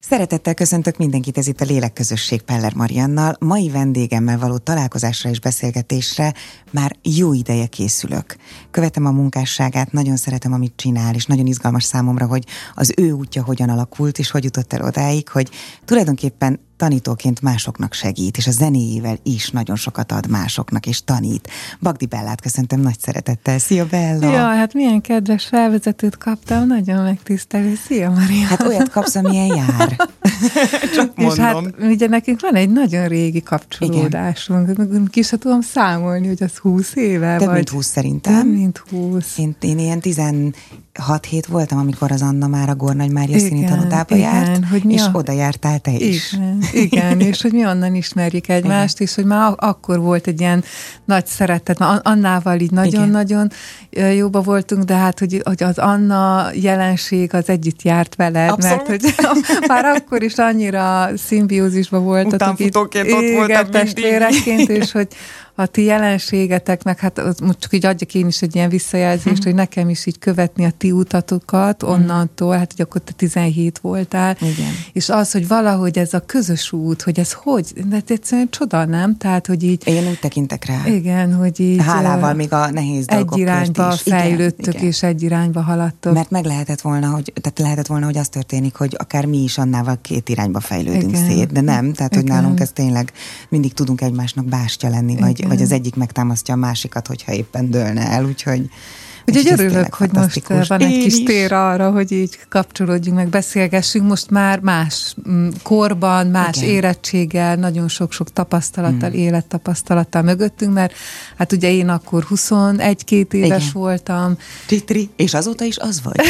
Szeretettel köszöntök mindenkit, ez itt a Lélekközösség Peller Mariannal. Mai vendégemmel való találkozásra és beszélgetésre már jó ideje készülök. Követem a munkásságát, nagyon szeretem, amit csinál, és nagyon izgalmas számomra, hogy az ő útja hogyan alakult, és hogy jutott el odáig, hogy tulajdonképpen tanítóként másoknak segít, és a zenéjével is nagyon sokat ad másoknak, és tanít. Bagdi Bellát köszöntöm nagy szeretettel. Szia, Bella! Ja, hát milyen kedves felvezetőt kaptam, nagyon megtisztelő. Szia, Maria! Hát olyat kapsz, amilyen jár. Csak mondom. És hát ugye nekünk van egy nagyon régi kapcsolódásunk. Ki se tudom számolni, hogy az 20 éve Több vagy. mint 20 szerintem. Több mint 20. Én ilyen 16 hét voltam, amikor az Anna már a Gornagy Mária színitanutába járt, és oda jártál te is. Igen, és hogy mi onnan ismerjük egymást, igen. És hogy már akkor volt egy ilyen nagy szeretet, Annával így nagyon-nagyon jóba voltunk, de hát, hogy az Anna jelenség az együtt járt veled, abszolút. Mert hogy már akkor is annyira szimbiózisban voltatok. Utánfutóként ott voltam testvérekként, és hogy a ti jelenségeteknek, hát csak így adjak én is egy ilyen visszajelzést, hogy nekem is így követni a ti utatokat onnantól, hát hogy akkor te 17 voltál, igen. És az, hogy valahogy ez a közös út, hogy ez hogy, de egyszerűen csoda, nem? Tehát, hogy így... Én úgy tekintek rá. Igen, hogy így... Hálával még a nehéz dolgok egy irányba fejlődtök, igen. És egy irányba haladtok. Mert lehetett volna, hogy az történik, hogy akár mi is Annával két irányba fejlődünk szét, de nem, tehát, hogy nálunk ez tényleg mindig tudunk egymásnak bástya lenni, vagy az egyik megtámasztja a másikat, hogyha éppen dőlne el, úgyhogy örülök, hogy most van egy kis tér arra, hogy így kapcsolódjunk, meg beszélgessünk. Most már más korban, más érettséggel, nagyon sok-sok tapasztalattal, élettapasztalattal mögöttünk, mert hát ugye én akkor 21-2 éves voltam. Titri, és azóta is az vagy.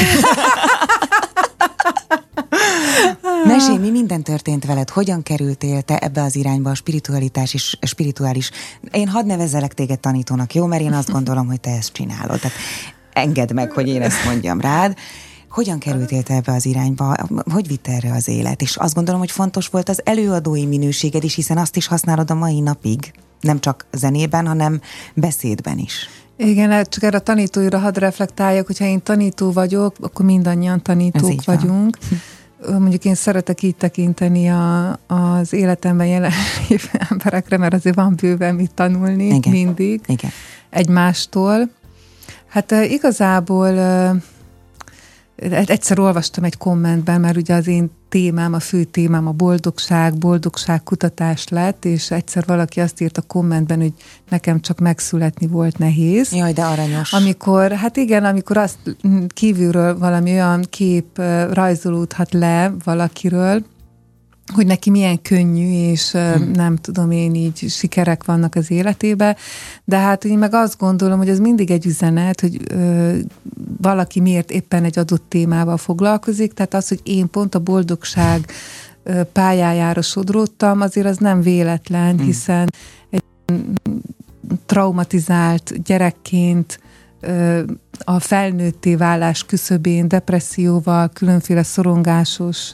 Mesélj, mi minden történt veled? Hogyan kerültél te ebbe az irányba, a spiritualitás és spirituális... Én hadd nevezzelek téged tanítónak, jó? Mert én azt gondolom, hogy te ezt csinálod. Tehát engedd meg, hogy én ezt mondjam rád. Hogyan kerültél te ebbe az irányba? Hogy vitt erre az élet? És azt gondolom, hogy fontos volt az előadói minőséged is, hiszen azt is használod a mai napig. Nem csak zenében, hanem beszédben is. Igen, csak erre a tanítóira hadd reflektáljak, hogyha én tanító vagyok, akkor mindannyian tanítók vagyunk. Mondjuk én szeretek így tekinteni az életemben jelenlévő emberekre, mert azért van bőven mit tanulni mindig egymástól. Hát igazából egyszer olvastam egy kommentben, mert ugye az én témám, a fő témám a boldogság kutatás lett, és egyszer valaki azt írt a kommentben, hogy nekem csak megszületni volt nehéz. Jaj, de aranyos. Amikor azt kívülről valami olyan kép rajzolódhat le valakiről, hogy neki milyen könnyű, és nem tudom én, így sikerek vannak az életébe, de hát én meg azt gondolom, hogy ez mindig egy üzenet, hogy valaki miért éppen egy adott témával foglalkozik, tehát az, hogy én pont a boldogság pályájára sodródtam, azért az nem véletlen, hiszen egy traumatizált gyerekként a felnőtté válás küszöbén, depresszióval, különféle szorongásos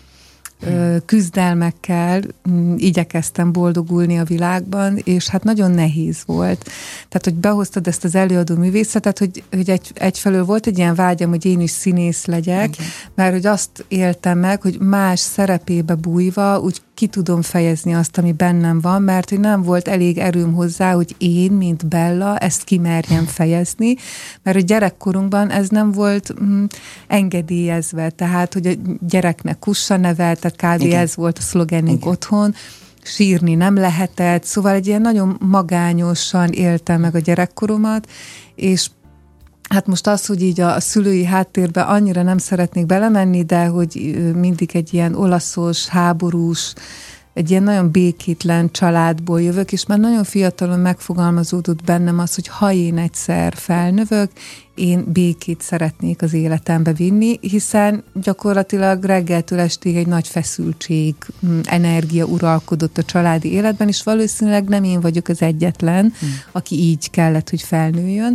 küzdelmekkel igyekeztem boldogulni a világban, és hát nagyon nehéz volt. Tehát, hogy behoztad ezt az előadó művészetet, hogy egyfelől volt egy ilyen vágyam, hogy én is színész legyek, mert hogy azt éltem meg, hogy más szerepébe bújva úgy ki tudom fejezni azt, ami bennem van, mert hogy nem volt elég erőm hozzá, hogy én, mint Bella, ezt kimerjem fejezni, mert a gyerekkorunkban ez nem volt engedélyezve, tehát, hogy a gyereknek kussa nevel, tehát kb. Ez volt a szlogenünk otthon, sírni nem lehetett, szóval egy ilyen nagyon magányosan éltem meg a gyerekkoromat, és hát most az, hogy így a szülői háttérbe annyira nem szeretnék belemenni, de hogy mindig egy ilyen olaszos, háborús, egy ilyen nagyon békétlen családból jövök, és már nagyon fiatalon megfogalmazódott bennem az, hogy ha én egyszer felnövök, én békét szeretnék az életembe vinni, hiszen gyakorlatilag reggeltől estig egy nagy feszültség, energia uralkodott a családi életben, és valószínűleg nem én vagyok az egyetlen, aki így kellett, hogy felnőjön.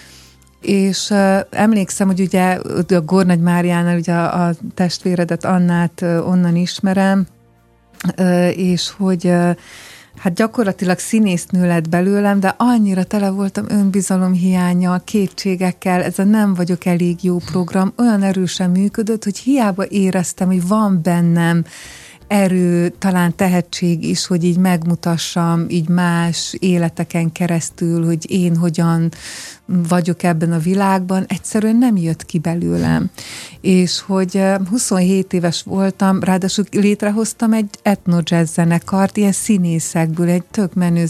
És emlékszem, hogy ugye a Gornagy Máriánál ugye a testvéredet, Annát onnan ismerem, és hogy Hát gyakorlatilag színésznő lett belőlem, de annyira tele voltam önbizalomhiánnyal, kétségekkel, ez a nem vagyok elég jó program olyan erősen működött, hogy hiába éreztem, hogy van bennem erő, talán tehetség is, hogy így megmutassam így más életeken keresztül, hogy én hogyan vagyok ebben a világban, egyszerűen nem jött ki belőlem. És hogy 27 éves voltam, ráadásul létrehoztam egy etno-jazz zenekart, ilyen színészekből, egy tök menő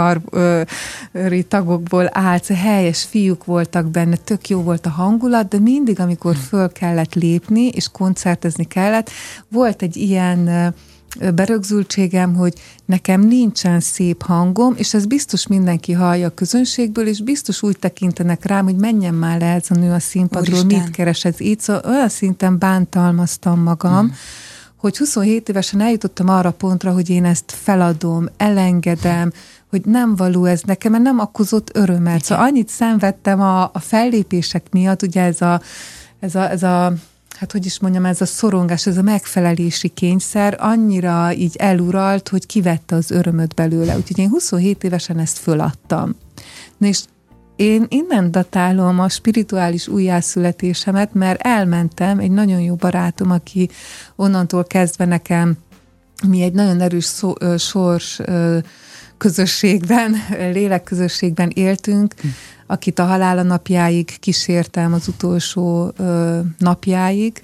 zenekari tagokból állt, helyes fiúk voltak benne, tök jó volt a hangulat, de mindig, amikor föl kellett lépni, és koncertezni kellett, volt egy ilyen berögzültségem, hogy nekem nincsen szép hangom, és ez biztos mindenki hallja a közönségből, és biztos úgy tekintenek rám, hogy menjen már le ez a nő a színpadról, Úristen, mit keres ez így, szóval olyan szinten bántalmaztam magam, hogy 27 évesen eljutottam arra pontra, hogy én ezt feladom, elengedem, hogy nem való ez nekem, mert nem okozott örömet. Szóval annyit szenvedtem a fellépések miatt, ugye ez a hát hogy is mondjam, ez a szorongás, ez a megfelelési kényszer annyira így eluralt, hogy kivette az örömöt belőle. Úgyhogy én 27 évesen ezt föladtam. Na és én innen datálom a spirituális újjászületésemet, mert elmentem, egy nagyon jó barátom, aki onnantól kezdve nekem, mi egy nagyon erős sors közösségben, lélekközösségben éltünk, akit a halála napjáig kísértem, az utolsó napjáig,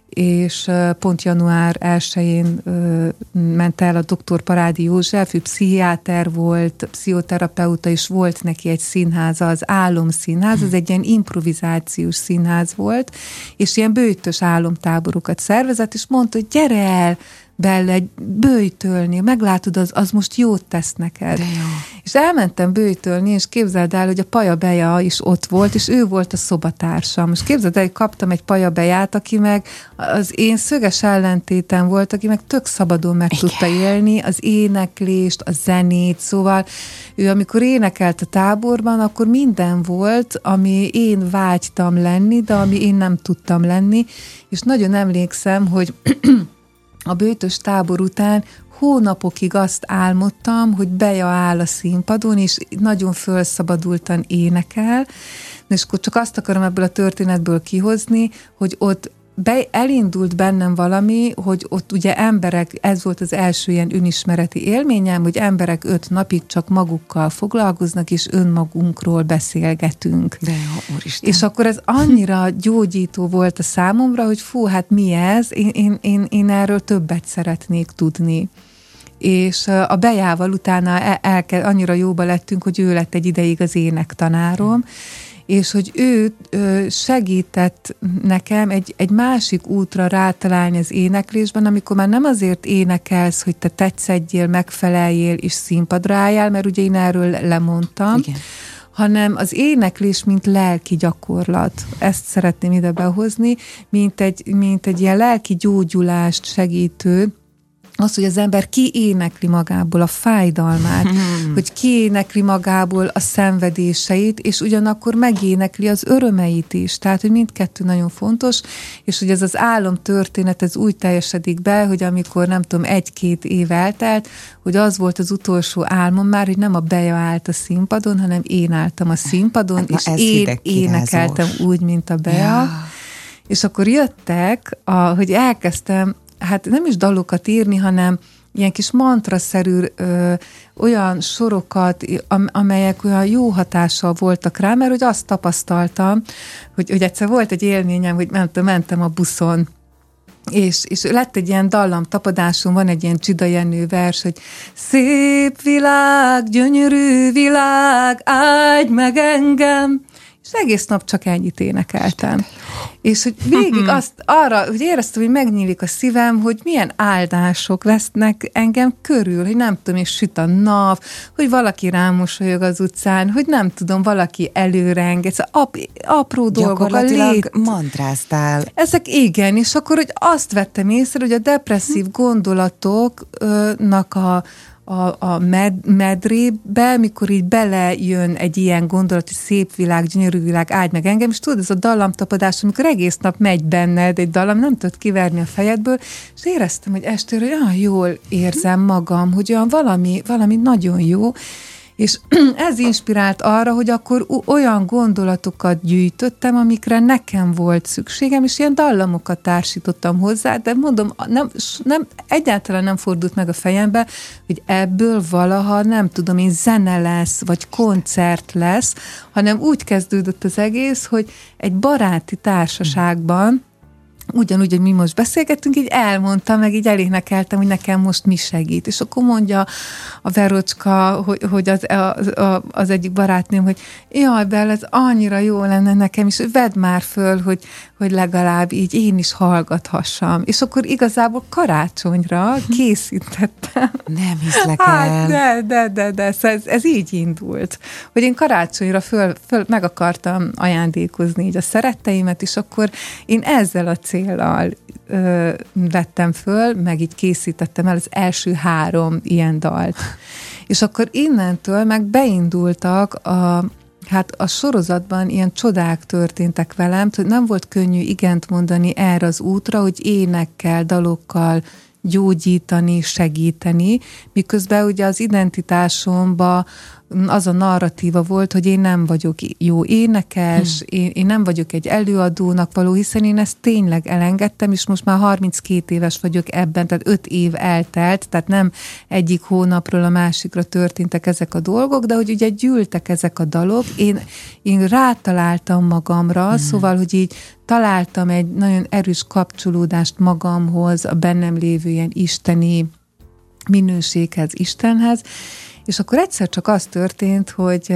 és pont január 1-én ment el a dr. Parádi József, ő pszichiáter volt, pszichoterapeuta, és volt neki egy színháza, az Álomszínház, az egy ilyen improvizációs színház volt, és ilyen böjtös álomtáborokat szervezett, és mondta, hogy gyere el bele böjtölni, meglátod, az most jót tesz neked. És elmentem böjtölni, és képzeld el, hogy a Paja Beja is ott volt, és ő volt a szobatársam. Most képzeld el, hogy kaptam egy Paja Beját, aki meg az én szöges ellentétem volt, aki meg tök szabadon meg tudta élni az éneklést, a zenét, szóval ő amikor énekelt a táborban, akkor minden volt, ami én vágytam lenni, de ami én nem tudtam lenni, és nagyon emlékszem, hogy a böjtös tábor után hónapokig azt álmodtam, hogy Beja áll a színpadon, és nagyon fölszabadultan énekel, és akkor csak azt akarom ebből a történetből kihozni, hogy ott elindult bennem valami, hogy ott ugye emberek, ez volt az első ilyen önismereti élményem, hogy emberek 5 napig csak magukkal foglalkoznak, és önmagunkról beszélgetünk. De jó, Úristen. És akkor ez annyira gyógyító volt a számomra, hogy fú, hát mi ez? Én erről többet szeretnék tudni. És a Bejával utána annyira jóba lettünk, hogy ő lett egy ideig az énektanárom, és hogy ő segített nekem egy másik útra rátalálni az éneklésben, amikor már nem azért énekelsz, hogy te tetszedjél, megfeleljél és színpadra álljál, mert ugye én erről lemondtam, igen, hanem az éneklés, mint lelki gyakorlat. Ezt szeretném ide behozni, mint egy ilyen lelki gyógyulást segítő, az, hogy az ember kiénekli magából a fájdalmát, hogy kiénekli magából a szenvedéseit, és ugyanakkor megénekli az örömeit is. Tehát, hogy mindkettő nagyon fontos, és hogy ez az álomtörténet, ez úgy teljesedik be, hogy amikor nem tudom, 1-2 év eltelt, hogy az volt az utolsó álmom már, hogy nem a Beja állt a színpadon, hanem én álltam a színpadon, és én énekeltem úgy, mint a Beja. Ja. És akkor jöttek, hogy elkezdtem hát nem is dalokat írni, hanem ilyen kis mantraszerű olyan sorokat, amelyek olyan jó hatással voltak rá, mert hogy azt tapasztaltam, hogy egyszer volt egy élményem, hogy mentem a buszon, és lett egy ilyen dallamtapadásom, van egy ilyen Csida Jenő vers, hogy szép világ, gyönyörű világ, áldj meg engem, és egész nap csak ennyit énekeltem. És hogy végig arra, hogy éreztem, hogy megnyílik a szívem, hogy milyen áldások lesznek engem körül, hogy nem tudom, és süt a nap, hogy valaki rám mosolyog az utcán, hogy nem tudom, valaki előre enged, szóval apró dolgok. Gyakorlatilag mantráztál. Ezek igen, és akkor, hogy azt vettem észre, hogy a depresszív gondolatoknak a medrébe, mikor így belejön egy ilyen gondolat, hogy szép világ, gyönyörű világ, áld meg engem, és tudod, ez a dallamtapadás, amikor egész nap megy benned egy dallam, nem tudod kiverni a fejedből, és éreztem, hogy estére, hogy olyan jól érzem magam, hogy olyan valami nagyon jó, és ez inspirált arra, hogy akkor olyan gondolatokat gyűjtöttem, amikre nekem volt szükségem, és ilyen dallamokat társítottam hozzá, de mondom, egyáltalán nem fordult meg a fejembe, hogy ebből valaha, nem tudom én, zene lesz, vagy koncert lesz, hanem úgy kezdődött az egész, hogy egy baráti társaságban, ugyanúgy, hogy mi most beszélgettünk, így elmondtam, meg így elénekeltem, hogy nekem most mi segít. És akkor mondja a Verocska, hogy az egyik barátnőm, hogy jaj, Bella, ez annyira jó lenne nekem, és vedd már föl, hogy legalább így én is hallgathassam. És akkor igazából karácsonyra készítettem. Nem hiszlek el. De ez így indult. Hogy én karácsonyra föl meg akartam ajándékozni így a szeretteimet, és akkor én ezzel a céllal vettem föl, meg így készítettem el az első 3 ilyen dalt. És akkor innentől meg beindultak a sorozatban ilyen csodák történtek velem, hogy nem volt könnyű igent mondani erre az útra, hogy énekkel, dalokkal gyógyítani, segíteni, miközben ugye az identitásomban az a narratíva volt, hogy én nem vagyok jó énekes, én nem vagyok egy előadónak való, hiszen én ezt tényleg elengedtem, és most már 32 éves vagyok ebben, tehát 5 év eltelt, tehát nem egyik hónapról a másikra történtek ezek a dolgok, de hogy ugye gyűltek ezek a dalok, én rátaláltam magamra, szóval, hogy így találtam egy nagyon erős kapcsolódást magamhoz, a bennem lévő ilyen isteni minőséghez, Istenhez, és akkor egyszer csak az történt, hogy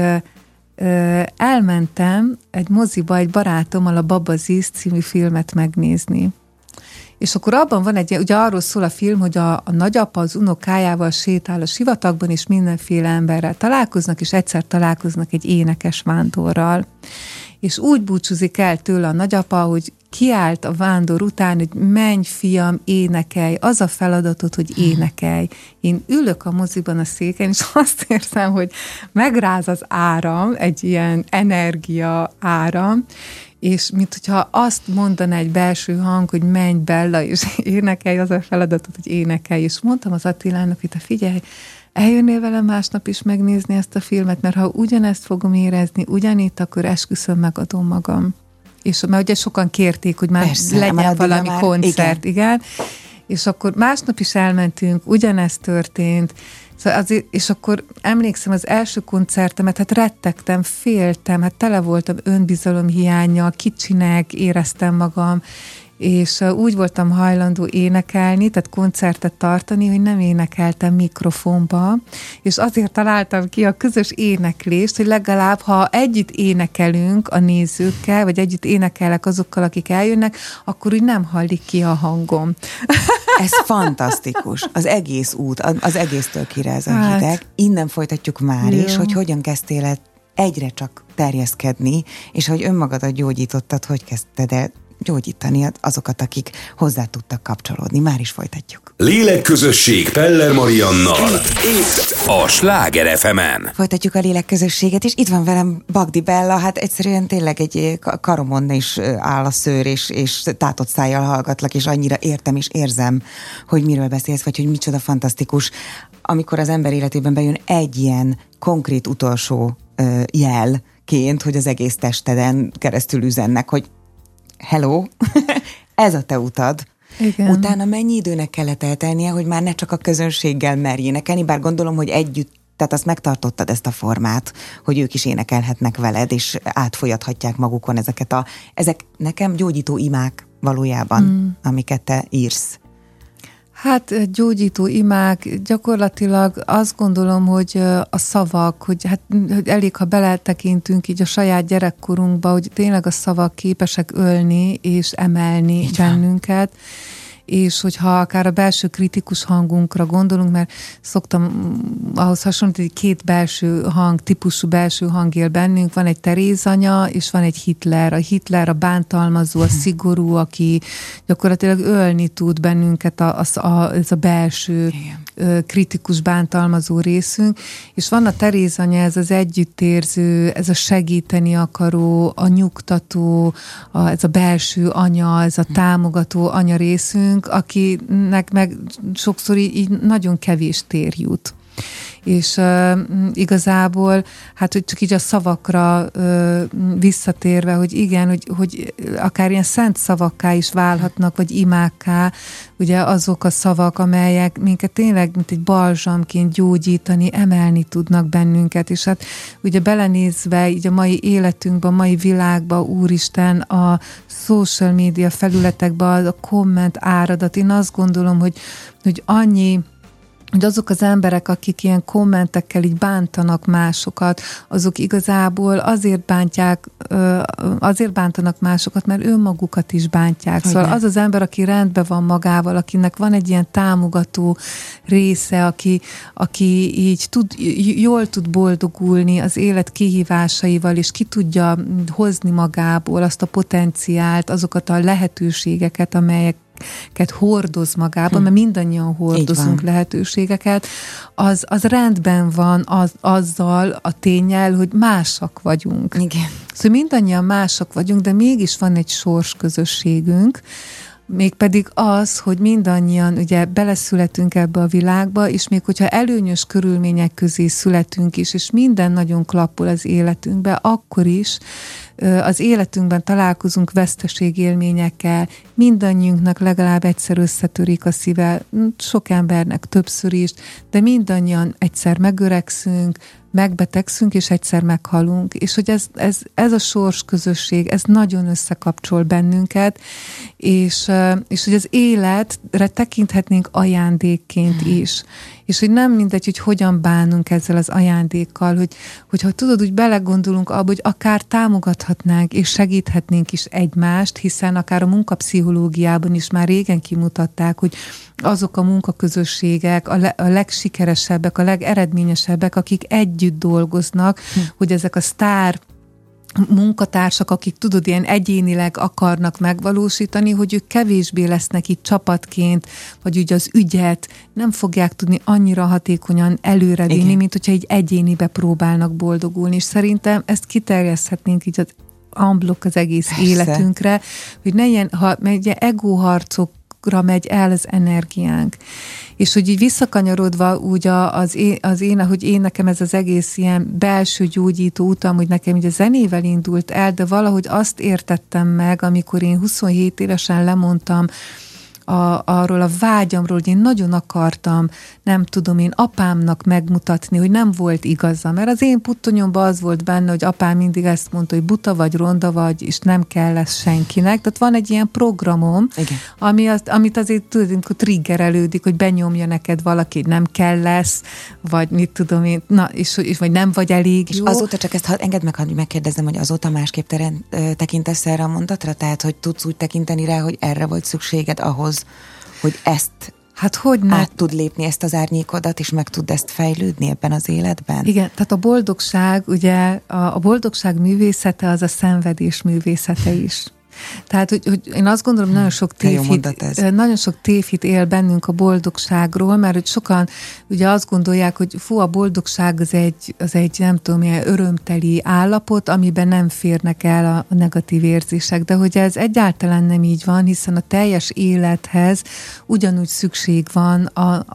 elmentem egy moziba egy barátommal a Babazisz című filmet megnézni. És akkor abban van ugye arról szól a film, hogy a nagyapa az unokájával sétál a sivatagban, és mindenféle emberrel találkoznak, és egyszer találkoznak egy énekes vándorral. És úgy búcsúzik el tőle a nagyapa, hogy kiállt a vándor után, hogy menj, fiam, énekelj, az a feladatod, hogy énekelj. Én ülök a moziban a széken, és azt érzem, hogy megráz az áram, egy ilyen energia áram, és mint hogyha azt mondaná egy belső hang, hogy menj, Bella, és énekelj, az a feladatod, hogy énekelj. És mondtam az Attilának, hogy te figyelj, eljönnél velem másnap is megnézni ezt a filmet, mert ha ugyanezt fogom érezni, ugyanitt, akkor esküszöm, megadom magam. És mert ugye sokan kérték, hogy már persze, legyen valami koncert, igen. És akkor másnap is elmentünk, ugyanezt történt, szóval azért, és akkor emlékszem az első koncertemet, hát rettegtem, féltem, hát tele voltam önbizalomhiánnyal, kicsinek éreztem magam, és úgy voltam hajlandó énekelni, tehát koncertet tartani, hogy nem énekeltem mikrofonba, és azért találtam ki a közös éneklést, hogy legalább, ha együtt énekelünk a nézőkkel, vagy együtt énekelek azokkal, akik eljönnek, akkor úgy nem hallik ki a hangom. Ez fantasztikus. Az egész út, az egésztől kiráz a hideg. Innen folytatjuk már is, hogy hogyan kezdtél el egyre csak terjeszkedni, és hogy önmagadat gyógyítottad, hogy kezdted el gyógyítani azokat, akik hozzá tudtak kapcsolódni. Már is folytatjuk. Lélekközösség Peller Mariannal. Itt a Sláger FM-en. Folytatjuk a lélekközösséget, és itt van velem Bagdi Bella, hát egyszerűen tényleg egy karomon is áll a szőr, és tátott szájjal hallgatlak, és annyira értem és érzem, hogy miről beszélsz, vagy hogy micsoda fantasztikus, amikor az ember életében bejön egy ilyen konkrét utolsó jelként, hogy az egész testeden keresztül üzennek, hogy hello, ez a te utad. Igen. Utána mennyi időnek kellett eltelnie, hogy már ne csak a közönséggel merj énekelni, bár gondolom, hogy együtt, tehát azt megtartottad ezt a formát, hogy ők is énekelhetnek veled, és átfolyathatják magukon ezek nekem gyógyító imák valójában, amiket te írsz. Hát gyógyító imák, gyakorlatilag azt gondolom, hogy a szavak, hogy elég, ha beletekintünk így a saját gyerekkorunkba, hogy tényleg a szavak képesek ölni és emelni bennünket, és hogyha akár a belső kritikus hangunkra gondolunk, mert szoktam ahhoz hasonlítani, hogy 2 belső hang, típusú belső hang él bennünk, van egy Terézanya, és van egy Hitler. A Hitler a bántalmazó, a szigorú, aki gyakorlatilag ölni tud bennünket ez a belső kritikus, bántalmazó részünk, és van a Teréz anya, ez az együttérző, ez a segíteni akaró, a nyugtató, ez a belső anya, ez a támogató anya részünk, akinek meg sokszor így nagyon kevés tér jut. És igazából, hát hogy csak így a szavakra visszatérve, hogy igen, hogy akár ilyen szent szavakká is válhatnak, vagy imákká, ugye azok a szavak, amelyek minket tényleg, mint egy balzsamként gyógyítani, emelni tudnak bennünket, és hát ugye belenézve így a mai életünkben, a mai világban, úristen, a social media felületekben, a komment áradat, én azt gondolom, hogy hogy azok az emberek, akik ilyen kommentekkel így bántanak másokat, azok igazából azért bántanak másokat, mert önmagukat is bántják. Szóval az az ember, aki rendben van magával, akinek van egy ilyen támogató része, aki így jól tud boldogulni az élet kihívásaival, és ki tudja hozni magából azt a potenciált, azokat a lehetőségeket, amelyeket hordoz magában, mert mindannyian hordozunk lehetőségeket, az rendben van azzal a ténnyel, hogy másak vagyunk. Igen. Szóval mindannyian másak vagyunk, de mégis van egy sorsközösségünk, mégpedig az, hogy mindannyian ugye beleszületünk ebbe a világba, és még hogyha előnyös körülmények közé születünk is, és minden nagyon klappol az életünkbe, akkor is az életünkben találkozunk veszteségélményekkel, mindannyiunknak legalább egyszer összetörik a szíve, sok embernek többször is, de mindannyian egyszer megöregszünk, megbetegszünk, és egyszer meghalunk. És hogy ez a sorsközösség, ez nagyon összekapcsol bennünket, és hogy az életre tekinthetnénk ajándékként is. És hogy nem mindegy, hogy hogyan bánunk ezzel az ajándékkal, hogyha tudod, úgy belegondolunk abba, hogy akár támogathatnánk és segíthetnénk is egymást, hiszen akár a munkapszichológiában is már régen kimutatták, hogy azok a munkaközösségek, a legsikeresebbek, a legeredményesebbek, akik együtt dolgoznak, hogy ezek a sztár munkatársak, akik tudod, ilyen egyénileg akarnak megvalósítani, hogy ők kevésbé lesznek itt csapatként, vagy ugye az ügyet nem fogják tudni annyira hatékonyan előrevinni, mint hogyha így egyénibe próbálnak boldogulni. És szerintem ezt kiterjeszthetnénk így az unblock az egész életünkre, hogy ne ilyen, egóharcok megy el az energiánk. És hogy így visszakanyarodva úgy ahogy én nekem ez az egész ilyen belső gyógyító utam, hogy nekem így a zenével indult el, de valahogy azt értettem meg, amikor én 27 évesen lemondtam arról a vágyamról, hogy én nagyon akartam, nem tudom én, apámnak megmutatni, hogy nem volt igaza. Mert az én puttonyomban az volt benne, hogy apám mindig ezt mondta, hogy buta vagy, ronda vagy, és nem kell lesz senkinek. Tehát van egy ilyen programom, amit azért tudod, amikor triggerelődik, hogy benyomja neked valaki, nem kell lesz, vagy mit tudom én, és vagy nem vagy elég jó. És azóta csak ezt engedd meg, hogy megkérdezem, hogy azóta másképp tekintesz erre a mondatra? Tehát, hogy tudsz úgy tekinteni rá, hogy erre volt szükséged ahhoz, hogy ezt át tud lépni, ezt az árnyékodat, és meg tud ezt fejlődni ebben az életben? Igen, tehát a boldogság, ugye a boldogság művészete az a szenvedés művészete is. Tehát, hogy én azt gondolom, nagyon sok tévhit él bennünk a boldogságról, mert hogy sokan ugye azt gondolják, hogy a boldogság az egy nem tudom, ilyen örömteli állapot, amiben nem férnek el a negatív érzések, de hogy ez egyáltalán nem így van, hiszen a teljes élethez ugyanúgy szükség van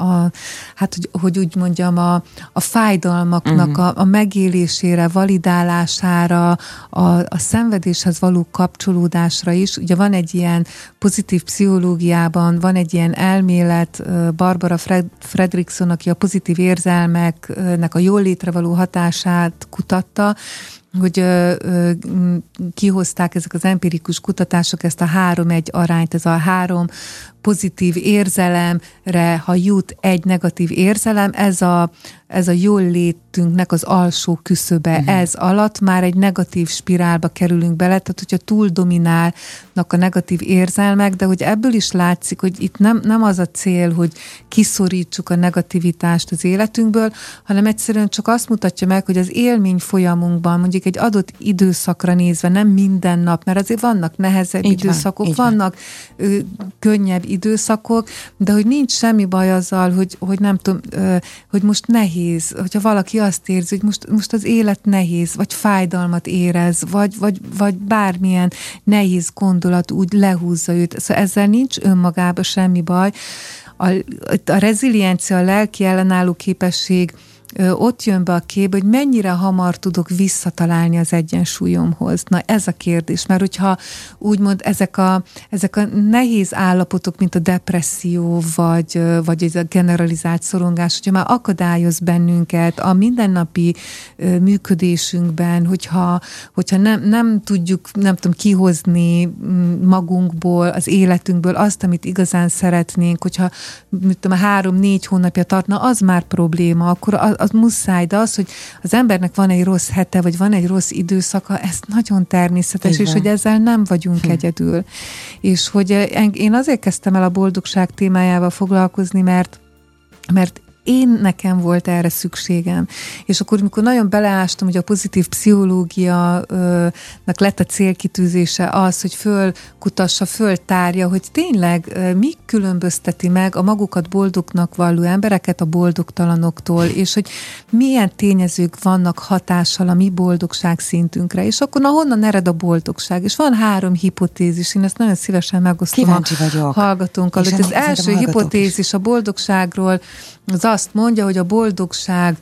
hogy úgy mondjam, a fájdalmaknak a megélésére, validálására, a szenvedéshez való kapcsolódásra is. Ugye van egy ilyen pozitív pszichológiában, van egy ilyen elmélet, Barbara Fredrickson, aki a pozitív érzelmeknek a jólétre való hatását kutatta, hogy kihozták ezek az empirikus kutatások ezt a 3-1 arányt, ez a 3 pozitív érzelemre, ha jut egy negatív érzelem, ez a jól létünknek az alsó küszöbe. Ez alatt már egy negatív spirálba kerülünk bele, tehát hogyha túl dominálnak a negatív érzelmek, de hogy ebből is látszik, hogy itt nem az a cél, hogy kiszorítsuk a negativitást az életünkből, hanem egyszerűen csak azt mutatja meg, hogy az élmény folyamunkban, mondjuk egy adott időszakra nézve, nem minden nap, mert azért vannak nehezebb időszakok, vannak könnyebb időszakok, de hogy nincs semmi baj azzal, hogy nem tudom, hogy most nehéz, hogyha valaki azt érzi, hogy most az élet nehéz, vagy fájdalmat érez, vagy bármilyen nehéz gondolat úgy lehúzza őt. Szóval ezzel nincs önmagában semmi baj. A reziliencia, a lelki ellenálló képesség ott jön be a képbe, hogy mennyire hamar tudok visszatalálni az egyensúlyomhoz. Na ez a kérdés, mert hogyha úgymond ezek a nehéz állapotok, mint a depresszió, vagy ez a generalizált szorongás, hogyha már akadályoz bennünket a mindennapi működésünkben, hogyha nem tudjuk, nem tudom, kihozni magunkból, az életünkből azt, amit igazán szeretnénk, hogyha 3-4 hónapja tartna, az már probléma, akkor az muszáj, de az, hogy az embernek van egy rossz hete, vagy van egy rossz időszaka, ez nagyon természetes, igen. És hogy ezzel nem vagyunk egyedül. És hogy én azért kezdtem el a boldogság témájával foglalkozni, mert nekem volt erre szükségem. És akkor, amikor nagyon beleástam, hogy a pozitív pszichológiának lett a célkitűzése az, hogy föltárja, hogy tényleg mi különbözteti meg a magukat boldognak valló embereket a boldogtalanoktól, és hogy milyen tényezők vannak hatással a mi boldogság szintünkre. És akkor honnan ered a boldogság? És van 3 hipotézis, én ezt nagyon szívesen megosztom a hallgatónkkal. Az első hipotézis a boldogságról az azt mondja, hogy a boldogság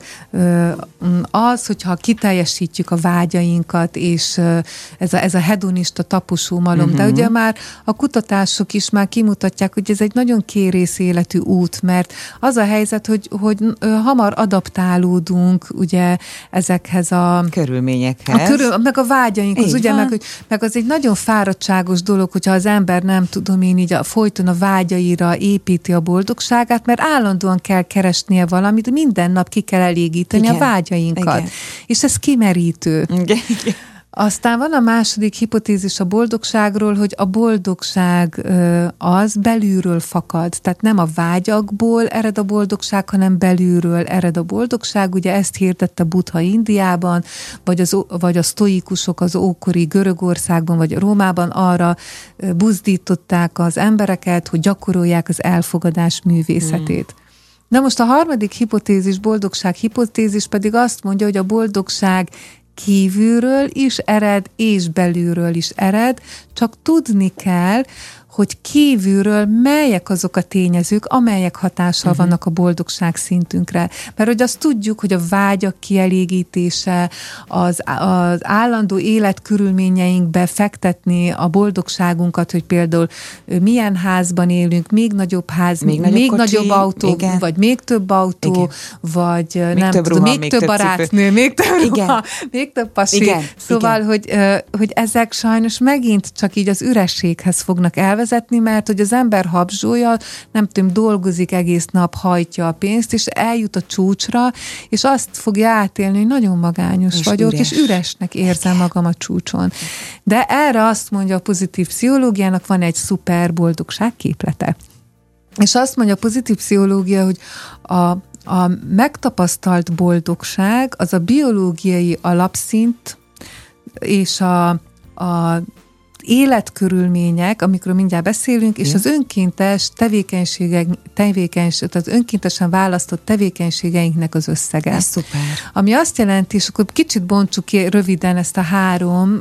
az, hogyha kiteljesítjük a vágyainkat, és ez a hedonista taposó malom. De ugye már a kutatások is már kimutatják, hogy ez egy nagyon kérész életű út, mert az a helyzet, hogy hamar adaptálódunk ugye ezekhez a körülményekhez. Meg a vágyainkhoz, ugye, meg az egy nagyon fáradtságos dolog, hogyha az ember nem tudom én így folyton a vágyaira építi a boldogságát, mert állandóan kell keresnie valamit, minden nap ki kell elégíteni a vágyainkat. Igen. És ez kimerítő. Igen. Aztán van a második hipotézis a boldogságról, hogy a boldogság az belülről fakad. Tehát nem a vágyakból ered a boldogság, hanem belülről ered a boldogság. Ugye ezt hirdette Buddha Indiában, vagy a sztoikusok az ókori Görögországban, vagy Rómában arra buzdították az embereket, hogy gyakorolják az elfogadás művészetét. Na most a harmadik hipotézis, boldogság hipotézis pedig azt mondja, hogy a boldogság kívülről is ered, és belülről is ered, csak tudni kell, hogy kívülről melyek azok a tényezők, amelyek hatással vannak a boldogság szintünkre. Mert hogy azt tudjuk, hogy a vágyak kielégítése, az állandó életkörülményeinkbe fektetni a boldogságunkat, hogy például milyen házban élünk, még nagyobb ház, még nagyobb autó, igen. Vagy még több autó, igen. Vagy még nem tudom, még több barátnő, még több ruha, még több pasi. Igen. Szóval, igen. Hogy ezek sajnos megint csak így az ürességhez fognak elvezetni, mert hogy az ember habzsolja, nem tudom, dolgozik egész nap, hajtja a pénzt, és eljut a csúcsra, és azt fogja átélni, hogy nagyon magányos vagyok, és üresnek érzem magam a csúcson. De erre azt mondja a pozitív pszichológiának, van egy szuper boldogság képlete. És azt mondja a pozitív pszichológia, hogy a megtapasztalt boldogság az a biológiai alapszint és a életkörülmények, amikről mindjárt beszélünk, és az önkéntes tehát az önkéntesen választott tevékenységeinknek az összege. Ez szuper. Ami azt jelenti, és akkor kicsit bontsuk ki röviden ezt a 3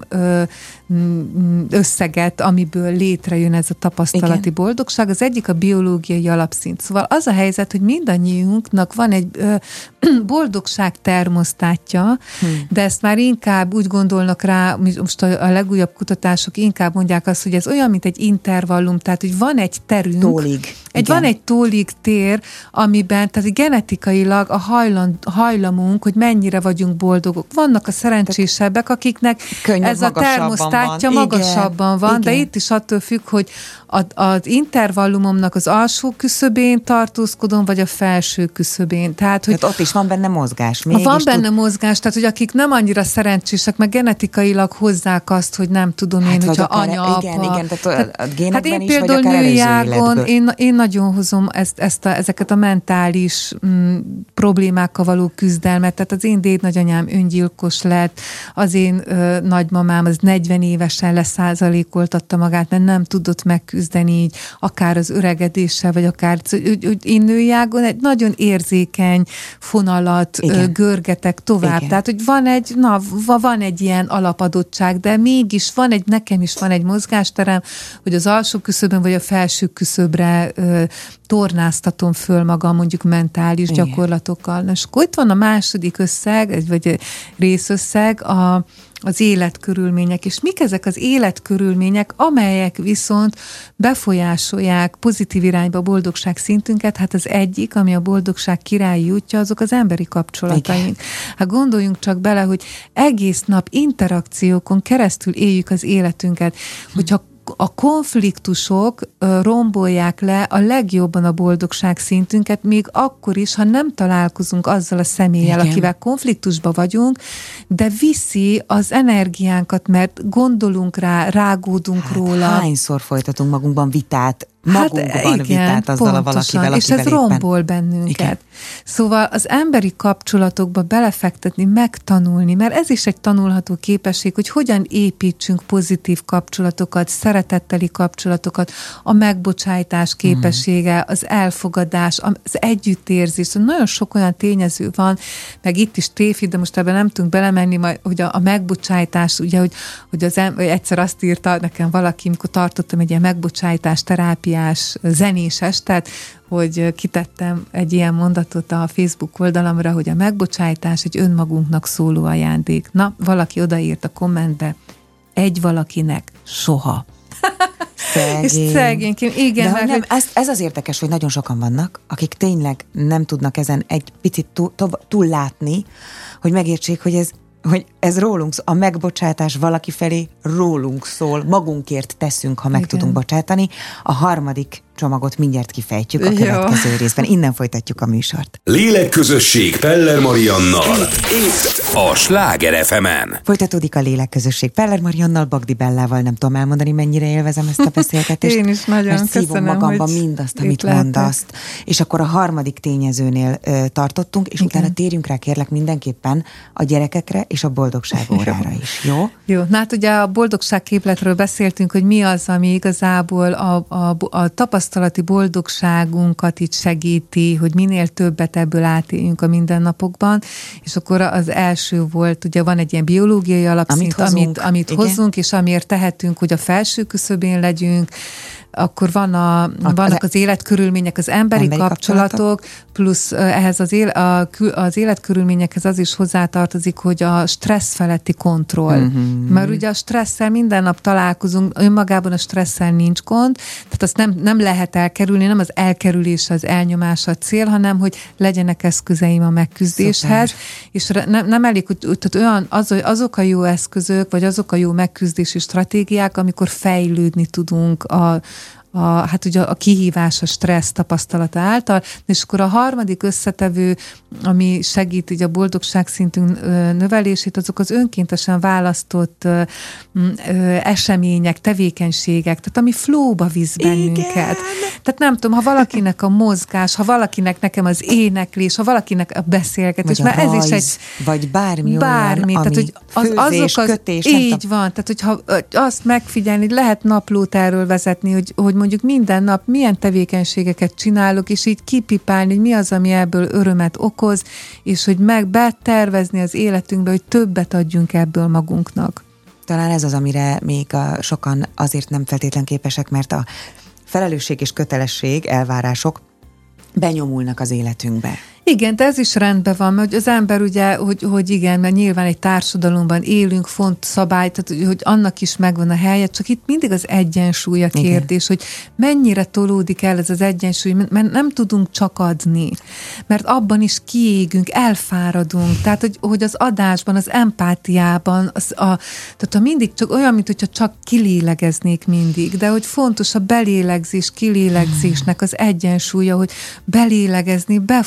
összeget, amiből létrejön ez a tapasztalati boldogság. Az egyik a biológiai alapszint. Szóval az a helyzet, hogy mindannyiunknak van egy boldogság termosztátja, de ezt már inkább úgy gondolnak rá, most a legújabb kutatások inkább mondják azt, hogy ez olyan, mint egy intervallum, tehát hogy van egy terünk, van egy tólig tér, amiben, tehát genetikailag a hajlamunk, hogy mennyire vagyunk boldogok. Vannak a szerencsésebbek, akiknek ez a termosztátja magasabban van, de itt is attól függ, hogy az intervallumomnak az alsó küszöbén tartózkodom, vagy a felső küszöbén. Tehát ott is van benne mozgás. Van benne mozgás, tehát hogy akik nem annyira szerencsések, meg genetikailag hozzák azt, hogy nem tudom én, hogyha anya, apa. Igen, tehát a génekben én is, például vagy akár női ágon, én nagyon hozom ezeket a mentális problémákkal való küzdelmet. Tehát az én dédnagyanyám öngyilkos lett, az én nagymamám az 40 évesen leszázalékoltatta magát, mert nem tudott megküzdeni így, akár az öregedéssel, vagy akár, hogy én nőjágon egy nagyon érzékeny fonalat görgetek tovább. Igen. Tehát, hogy van egy ilyen alapadottság, de mégis nekem is van egy mozgásterem, hogy az alsó küszöbön, vagy a felső küszöbre tornáztatom föl magam mondjuk mentális gyakorlatokkal. Na, és akkor itt van a második összeg, vagy részösszeg, az életkörülmények. És mik ezek az életkörülmények, amelyek viszont befolyásolják pozitív irányba a boldogság szintünket? Hát az egyik, ami a boldogság királyi útja, azok az emberi kapcsolataink. Hát gondoljunk csak bele, hogy egész nap interakciókon keresztül éljük az életünket. Hogyha a konfliktusok rombolják le a legjobban a boldogság szintünket, még akkor is, ha nem találkozunk azzal a személlyel, akivel konfliktusba vagyunk, de viszi az energiánkat, mert gondolunk rá, rágódunk róla. Hányszor folytatunk magunkban vitát, vitát azzal a valakivel, és ez rombol bennünket. Igen. Szóval az emberi kapcsolatokba belefektetni, megtanulni, mert ez is egy tanulható képesség, hogy hogyan építsünk pozitív kapcsolatokat, szeretetteli kapcsolatokat, a megbocsájtás képessége, az elfogadás, az együttérzés. Nagyon sok olyan tényező van, meg itt is tréfi, de most ebben nem tudunk belemenni, hogy a megbocsájtás, ugye, hogy egyszer azt írta nekem valaki, amikor tartottam egy ilyen megbocsájtás terápiás zenés estet, hogy kitettem egy ilyen mondatot a Facebook oldalamra, hogy a megbocsájtás egy önmagunknak szóló ajándék. Na, valaki odaírt a kommentbe, egy valakinek soha. Szegénykém, igen. De nem, ez az érdekes, hogy nagyon sokan vannak, akik tényleg nem tudnak ezen egy picit túl látni, hogy megértsék, hogy ez rólunk, a megbocsátás valaki felé rólunk szól, magunkért teszünk, ha meg tudunk bocsátani. A harmadik csomagot mindjárt kifejtjük a következő részben. Innen folytatjuk a műsort. Lélekközösség Peller Mariannal. Itt a Sláger FM-en. Folytatódik a Lélekközösség Peller Mariannal, Bagdi Bellával. Nem tudom elmondani, mennyire élvezem ezt a beszélgetést. Én is nagyon mert szívom magamban mindazt, amit mondasz. És akkor a harmadik tényezőnél tartottunk, és utána térjünk rá, kérlek, mindenképpen a gyerekekre és a boldogság órára is. Jó? Jó. Hát ugye a boldogságképletről beszéltünk, hogy mi az, ami igazából a tapasztalati boldogságunkat itt segíti, hogy minél többet ebből átéljünk a mindennapokban, és akkor az első volt, ugye van egy ilyen biológiai alapszint, amit hozunk, és amiért tehetünk, hogy a felső küszöbén legyünk, akkor vannak az életkörülmények, az emberi kapcsolatok, plusz ehhez az életkörülményekhez az is hozzátartozik, hogy a stressz feletti kontroll. Mert ugye a stresszel minden nap találkozunk, önmagában a stresszel nincs gond, tehát azt nem lehet elkerülni, nem az elkerülés, az elnyomás a cél, hanem hogy legyenek eszközeim a megküzdéshez, és nem elég, hogy olyan, azok a jó eszközök, vagy azok a jó megküzdési stratégiák, amikor fejlődni tudunk hát ugye a kihívás, a stressz tapasztalata által, és akkor a harmadik összetevő, ami segít így a boldogság szintünk növelését, azok az önkéntesen választott események, tevékenységek, tehát ami flowba visz bennünket. Igen. Tehát nem tudom, ha valakinek a mozgás, ha valakinek nekem az éneklés, ha valakinek a beszélgetés, mert ez is egy... Vagy bármi olyan, tehát, hogy főzés, kötés. Így van, tehát hogyha azt megfigyelni, lehet naplót erről vezetni, hogy mondjuk minden nap milyen tevékenységeket csinálok, és így kipipálni, hogy mi az, ami ebből örömet okoz, és hogy betervezni az életünkbe, hogy többet adjunk ebből magunknak. Talán ez az, amire még sokan azért nem feltétlen képesek, mert a felelősség és kötelesség, elvárások benyomulnak az életünkbe. Igen, de ez is rendben van, mert az ember ugye, hogy igen, mert nyilván egy társadalomban élünk, szabály, tehát hogy annak is megvan a helye, csak itt mindig az egyensúly a kérdés, igen. Hogy mennyire tolódik el ez az egyensúly, mert nem tudunk csak adni, mert abban is kiégünk, elfáradunk, tehát hogy az adásban, az empátiában, tehát mindig csak olyan, mintha csak kilélegeznék mindig, de hogy fontos a belélegzés, kilélegzésnek az egyensúlya, hogy belélegezni, befogadni,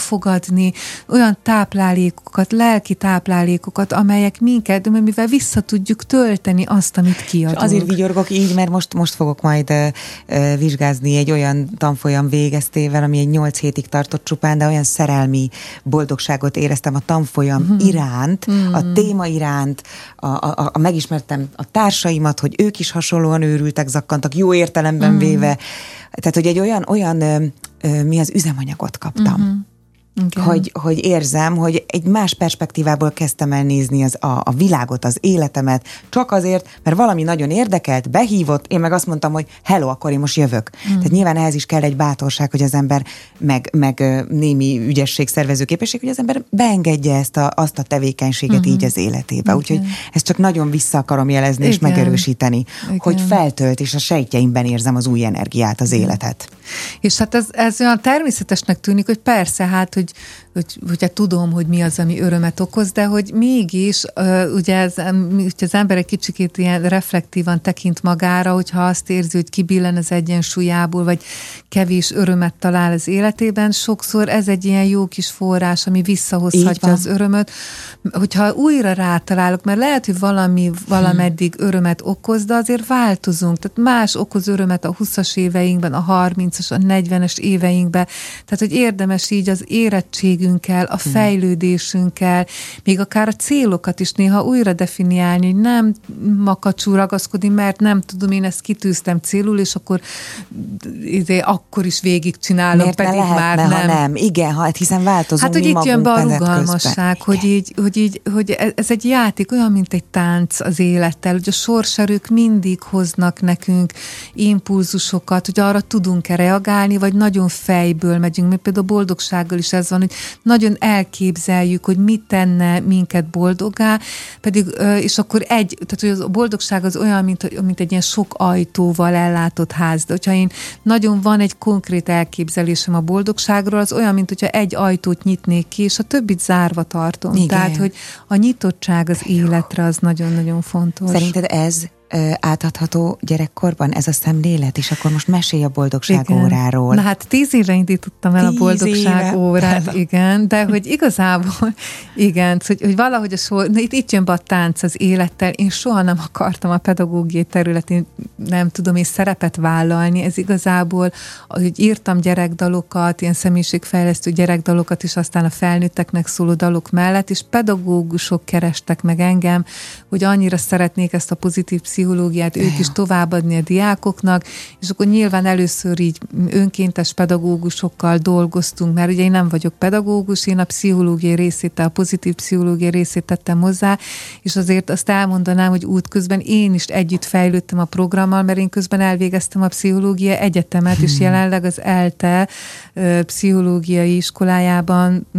adni olyan táplálékokat, lelki táplálékokat, amelyek minket, mivel vissza tudjuk tölteni azt, amit kiadunk. Azért vigyorgok így, mert most fogok majd vizsgázni egy olyan tanfolyam végeztével, ami egy 8 hétig tartott csupán, de olyan szerelmi boldogságot éreztem a tanfolyam iránt, a téma iránt, megismertem a társaimat, hogy ők is hasonlóan őrültek, zakkantak, jó értelemben véve. Tehát, hogy egy olyan mi az üzemanyagot kaptam. Hogy érzem, hogy egy más perspektívából kezdtem el nézni a világot, az életemet, csak azért, mert valami nagyon érdekelt, behívott, én meg azt mondtam, hogy hello, akkor én most jövök. Tehát nyilván ehhez is kell egy bátorság, hogy az ember meg némi ügyesség, szervező képesség, hogy az ember beengedje azt a tevékenységet így az életébe. Úgyhogy ezt csak nagyon vissza akarom jelezni és megerősíteni, hogy feltölt, és a sejtjeimben érzem az új energiát, az életet. És hát ez olyan természetesnek tűnik, hogy persze, hát, hogy tudom, hogy mi az, ami örömet okoz, de hogy mégis ugye az ember egy kicsikét ilyen reflektívan tekint magára, hogyha azt érzi, hogy kibillen az egyensúlyából, vagy kevés örömet talál az életében, sokszor ez egy ilyen jó kis forrás, ami visszahozhatja az örömöt. Hogyha újra rátalálok, mert lehet, hogy valameddig örömet okoz, de azért változunk. Tehát más okoz örömet a 20-as éveinkben, a 30-as, a 40-es éveinkben. Tehát, hogy érdemes így az érettségünkkel, a fejlődésünkkel, még akár a célokat is néha újra definiálni, hogy nem makacsul ragaszkodni, mert nem tudom, én ezt kitűztem célul, és akkor is végigcsinálom, miért pedig lehetne, már nem. Nem. Igen, hiszen változunk hát, hogy mi itt jön be a rugalmasság, hogy ez egy játék, olyan, mint egy tánc az élettel, hogy a sorserők mindig hoznak nekünk impulzusokat, hogy arra tudunk-e reagálni, vagy nagyon fejből megyünk, mert például a boldogsággal is ez van, hogy nagyon elképzeljük, hogy mit tenne minket boldoggá, pedig, és akkor tehát hogy a boldogság az olyan, mint egy ilyen sok ajtóval ellátott ház, de hogyha én nagyon van egy konkrét elképzelésem a boldogságról, az olyan, mint hogyha egy ajtót nyitnék ki, és a többit zárva tartom. Igen. Tehát, hogy a nyitottság az életre az nagyon-nagyon fontos. Szerinted ez átadható gyerekkorban, ez a szemlélet, és akkor most mesélj a boldogság óráról. Na hát 10 éve indítottam el a boldogság órát, igen, de hogy igazából, igen, hogy valahogy itt jön be a tánc az élettel, én soha nem akartam a pedagógiai területén, nem tudom, és szerepet vállalni, ez igazából, hogy írtam gyerekdalokat, ilyen személyiségfejlesztő gyerekdalokat, és aztán a felnőtteknek szóló dalok mellett, és pedagógusok kerestek meg engem, hogy annyira szeretnék ezt a pozitív pszichológiát ők is továbbadni a diákoknak, és akkor nyilván először így önkéntes pedagógusokkal dolgoztunk, mert ugye én nem vagyok pedagógus, én a pszichológiai részét, a pozitív pszichológiai részét tettem hozzá, és azért azt elmondanám, hogy útközben én is együtt fejlődtem a programmal, mert én közben elvégeztem a pszichológia egyetemet, és jelenleg az ELTE pszichológiai iskolájában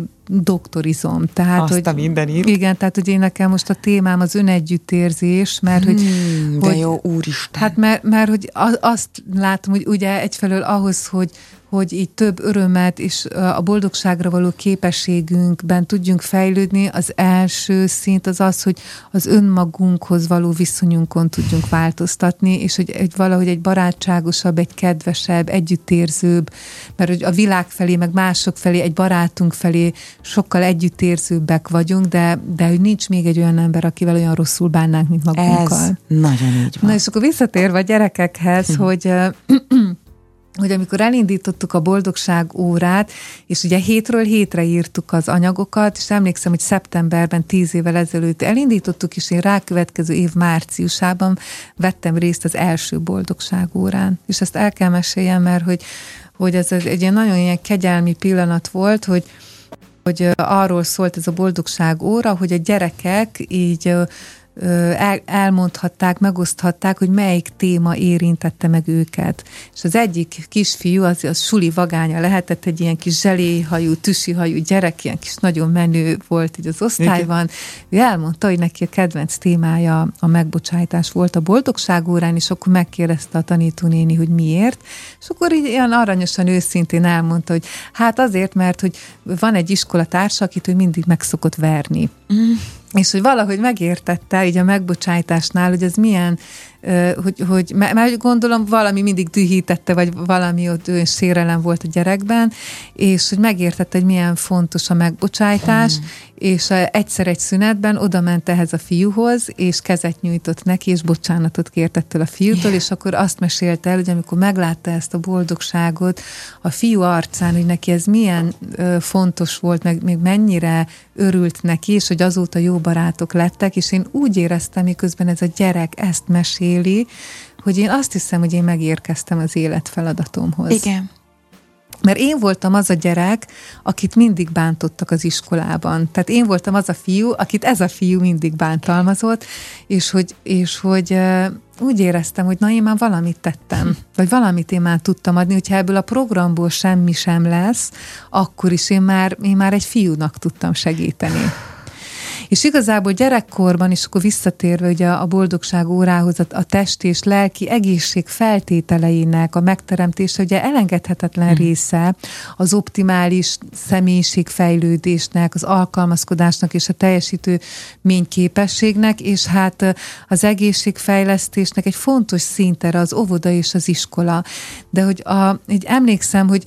doktorizom. Tehát, azt a mindenit. Igen, tehát hogy én nekem most a témám az önegyüttérzés, mert de jó, úristen. Hát mert hogy azt látom, hogy ugye egyfelől ahhoz, hogy így több örömet és a boldogságra való képességünkben tudjunk fejlődni, az első szint az, hogy az önmagunkhoz való viszonyunkon tudjunk változtatni, és hogy valahogy egy barátságosabb, egy kedvesebb, együttérzőbb, mert hogy a világ felé, meg mások felé, egy barátunk felé sokkal együttérzőbbek vagyunk, de hogy nincs még egy olyan ember, akivel olyan rosszul bánnánk, mint magunkkal. Ez nagyon így van. Na és akkor visszatérve a gyerekekhez, hogy amikor elindítottuk a boldogság órát, és ugye hétről hétre írtuk az anyagokat, és emlékszem, hogy szeptemberben 10 évvel ezelőtt elindítottuk, és én rákövetkező év márciusában vettem részt az első boldogság órán. És ezt el kell meséljem, mert hogy ez egy ilyen nagyon ilyen kegyelmi pillanat volt, hogy arról szólt ez a boldogság óra, hogy a gyerekek így elmondhatták, megoszthatták, hogy melyik téma érintette meg őket. És az egyik kisfiú, az suli vagánya lehetett, egy ilyen kis zseléhajú, tüsihajú gyerek, ilyen kis nagyon menő volt így az osztályban. Ő elmondta, hogy neki a kedvenc témája a megbocsájtás volt a boldogság órán, és akkor megkérdezte a tanítónéni, hogy miért. És akkor így olyan aranyosan, őszintén elmondta, hogy hát azért, mert hogy van egy iskolatársa, akit ő mindig meg szokott verni. És hogy valahogy megértette így a megbocsájtásnál, hogy ez milyen mert gondolom valami mindig dühítette, vagy valami ott olyan sérelem volt a gyerekben, és hogy megértette, hogy milyen fontos a megbocsájtás, és egyszer egy szünetben oda ment ehhez a fiúhoz, és kezet nyújtott neki, és bocsánatot kért ettől a fiútól, és akkor azt mesélte el, hogy amikor meglátta ezt a boldogságot a fiú arcán, hogy neki ez milyen fontos volt, meg még mennyire örült neki, és hogy azóta jó barátok lettek, és én úgy éreztem, miközben ez a gyerek ezt meséli, hogy én azt hiszem, hogy én megérkeztem az életfeladatomhoz. Igen. Mert én voltam az a gyerek, akit mindig bántottak az iskolában. Tehát én voltam az a fiú, akit ez a fiú mindig bántalmazott, és hogy úgy éreztem, hogy na, én már valamit tettem, vagy valamit én már tudtam adni, hogyha ebből a programból semmi sem lesz, akkor is én már egy fiúnak tudtam segíteni. És igazából gyerekkorban, és akkor visszatérve ugye a boldogság órához, a testi és lelki egészség feltételeinek a megteremtése ugye elengedhetetlen része az optimális személyiségfejlődésnek, az alkalmazkodásnak és a teljesítőményképességnek, és hát az egészségfejlesztésnek egy fontos szintere az óvoda és az iskola. De hogy így emlékszem, hogy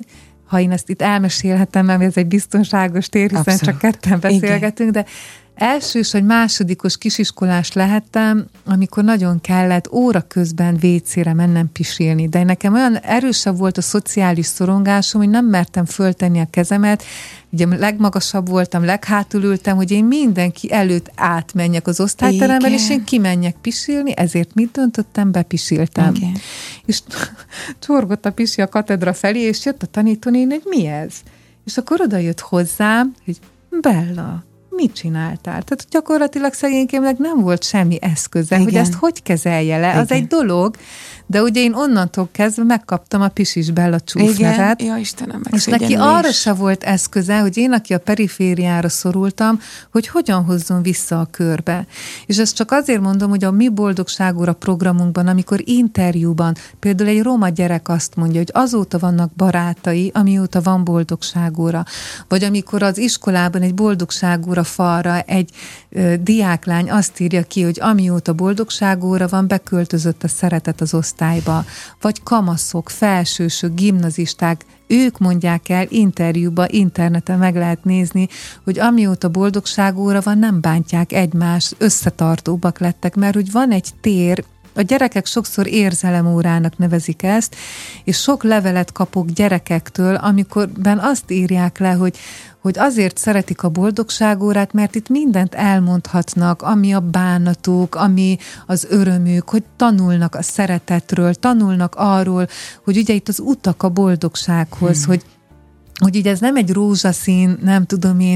ha én ezt itt elmesélhetem, mert ez egy biztonságos tér, hiszen abszolút. Csak ketten beszélgetünk, de elsős vagy másodikos kisiskolás lehettem, amikor nagyon kellett óra közben WC-re mennem pisilni, de nekem olyan erősebb volt a szociális szorongásom, hogy nem mertem föltenni a kezemet, ugye legmagasabb voltam, leghátul ültem, hogy én mindenki előtt átmenjek az osztályteremben, és én kimenjek pisilni, ezért mit döntöttem? Bepisiltem. Igen. És csorgott a pisi a katedra felé, és jött a tanítónéni, hogy mi ez? És akkor oda jött hozzám, hogy Bella, mit csináltál? Tehát gyakorlatilag szegénykémnek nem volt semmi eszköze, igen, hogy ezt hogy kezelje le. Igen. Az egy dolog, de ugye én onnantól kezdve megkaptam a Pisis Bella csúfnevet. Ja, Istenem, és neki arra se volt eszköze, hogy én, aki a perifériára szorultam, hogy hogyan hozzon vissza a körbe. És ezt csak azért mondom, hogy a mi boldogságúra programunkban, amikor interjúban például egy roma gyerek azt mondja, hogy azóta vannak barátai, amióta van boldogságúra. Vagy amikor az iskolában egy boldogságúra falra egy diáklány azt írja ki, hogy amióta boldogságóra van, beköltözött a szeretet az osztályba. Vagy kamaszok, felsősök, gimnazisták, ők mondják el interjúba, interneten meg lehet nézni, hogy amióta boldogságóra van, nem bántják egymást, összetartóbbak lettek, mert hogy van egy tér, a gyerekek sokszor érzelemórának nevezik ezt, és sok levelet kapok gyerekektől, amikorben azt írják le, hogy azért szeretik a boldogságórát, mert itt mindent elmondhatnak, ami a bánatuk, ami az örömük, hogy tanulnak a szeretetről, tanulnak arról, hogy ugye itt az utak a boldogsághoz, hogy ugye ez nem egy rózsaszín, nem tudom én,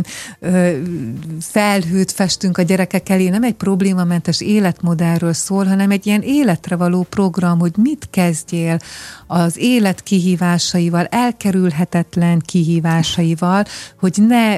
felhőt festünk a gyerekek elé, nem egy problémamentes életmodellről szól, hanem egy ilyen életre való program, hogy mit kezdjél az élet kihívásaival, elkerülhetetlen kihívásaival, hogy ne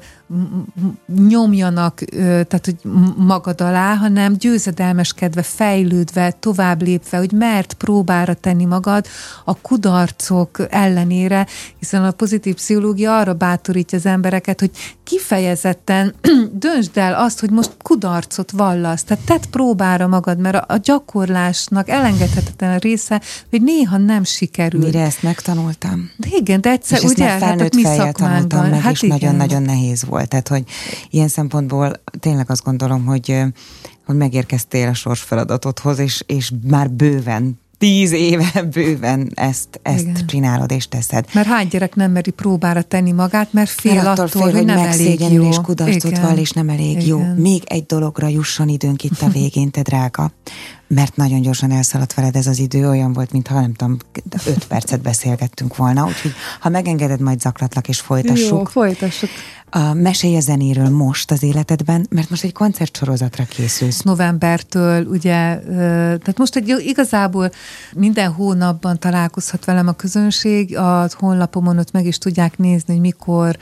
nyomjanak, tehát hogy magad alá, hanem győzedelmeskedve, fejlődve, tovább lépve, hogy mert próbára tenni magad a kudarcok ellenére, hiszen a pozitív pszichológia arra bátorítja az embereket, hogy kifejezetten döntsd el azt, hogy most kudarcot vallasz, tehát tedd próbára magad, mert a gyakorlásnak elengedhetetlen része, hogy néha nem sikerül. Mire ezt megtanultam. De igen, de egyszer és ugye, hát a mi szakmánkban. Meg, hát és nagyon-nagyon nehéz volt. Tehát, hogy ilyen szempontból tényleg azt gondolom, hogy megérkeztél a sorsfeladatodhoz, és már bőven 10 éve bőven ezt csinálod és teszed. Mert hány gyerek nem meri próbára tenni magát, mert fél attól, hogy nem elég jó. És kudarcot vall, és nem elég jó. Még egy dologra jusson időnk itt a végén, te drága. Mert nagyon gyorsan elszaladt veled ez az idő, olyan volt, mintha nem tudom, 5 percet beszélgettünk volna, úgyhogy ha megengeded, majd zaklatlak és folytassuk. Jó, folytassuk. Mesélj a zenéről most az életedben, mert most egy koncertsorozatra készülsz. Novembertől, ugye, tehát most igazából minden hónapban találkozhat velem a közönség, a honlapomon ott meg is tudják nézni, hogy mikor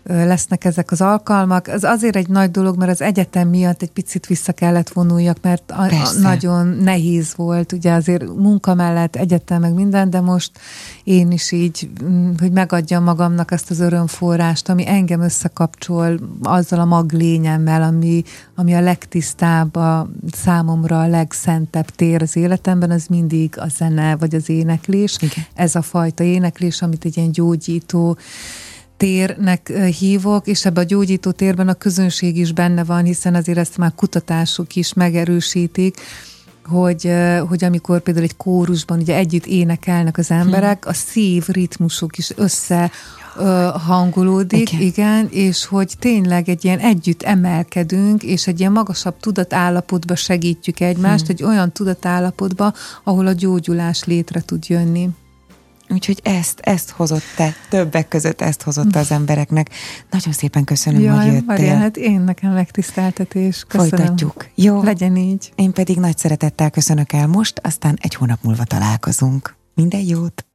lesznek ezek az alkalmak. Ez azért egy nagy dolog, mert az egyetem miatt egy picit vissza kellett vonuljak, mert nagyon nehéz volt, ugye azért munka mellett egyetem meg minden, de most én is így, hogy megadjam magamnak ezt az örömforrást, ami engem összekapcsol azzal a maglényemmel, ami a legtisztább, számomra a legszentebb tér az életemben, az mindig a zene, vagy az éneklés. Igen. Ez a fajta éneklés, amit egy ilyen gyógyító térnek hívok, és ebben a gyógyító térben a közönség is benne van, hiszen azért ezt már kutatások is megerősítik, hogy amikor például egy kórusban ugye együtt énekelnek az emberek, a szív ritmusuk is hangolódik, igen, és hogy tényleg egy ilyen együtt emelkedünk, és egy ilyen magasabb tudatállapotba segítjük egymást, egy olyan tudatállapotba, ahol a gyógyulás létre tud jönni. Úgyhogy ezt hozott te, többek között ezt hozott az embereknek. Nagyon szépen köszönöm, hogy jöttél. Marian, hát nekem megtiszteltetés. Köszönöm. Folytatjuk. Jó. Legyen így. Én pedig nagy szeretettel köszönök el most, aztán egy hónap múlva találkozunk. Minden jót!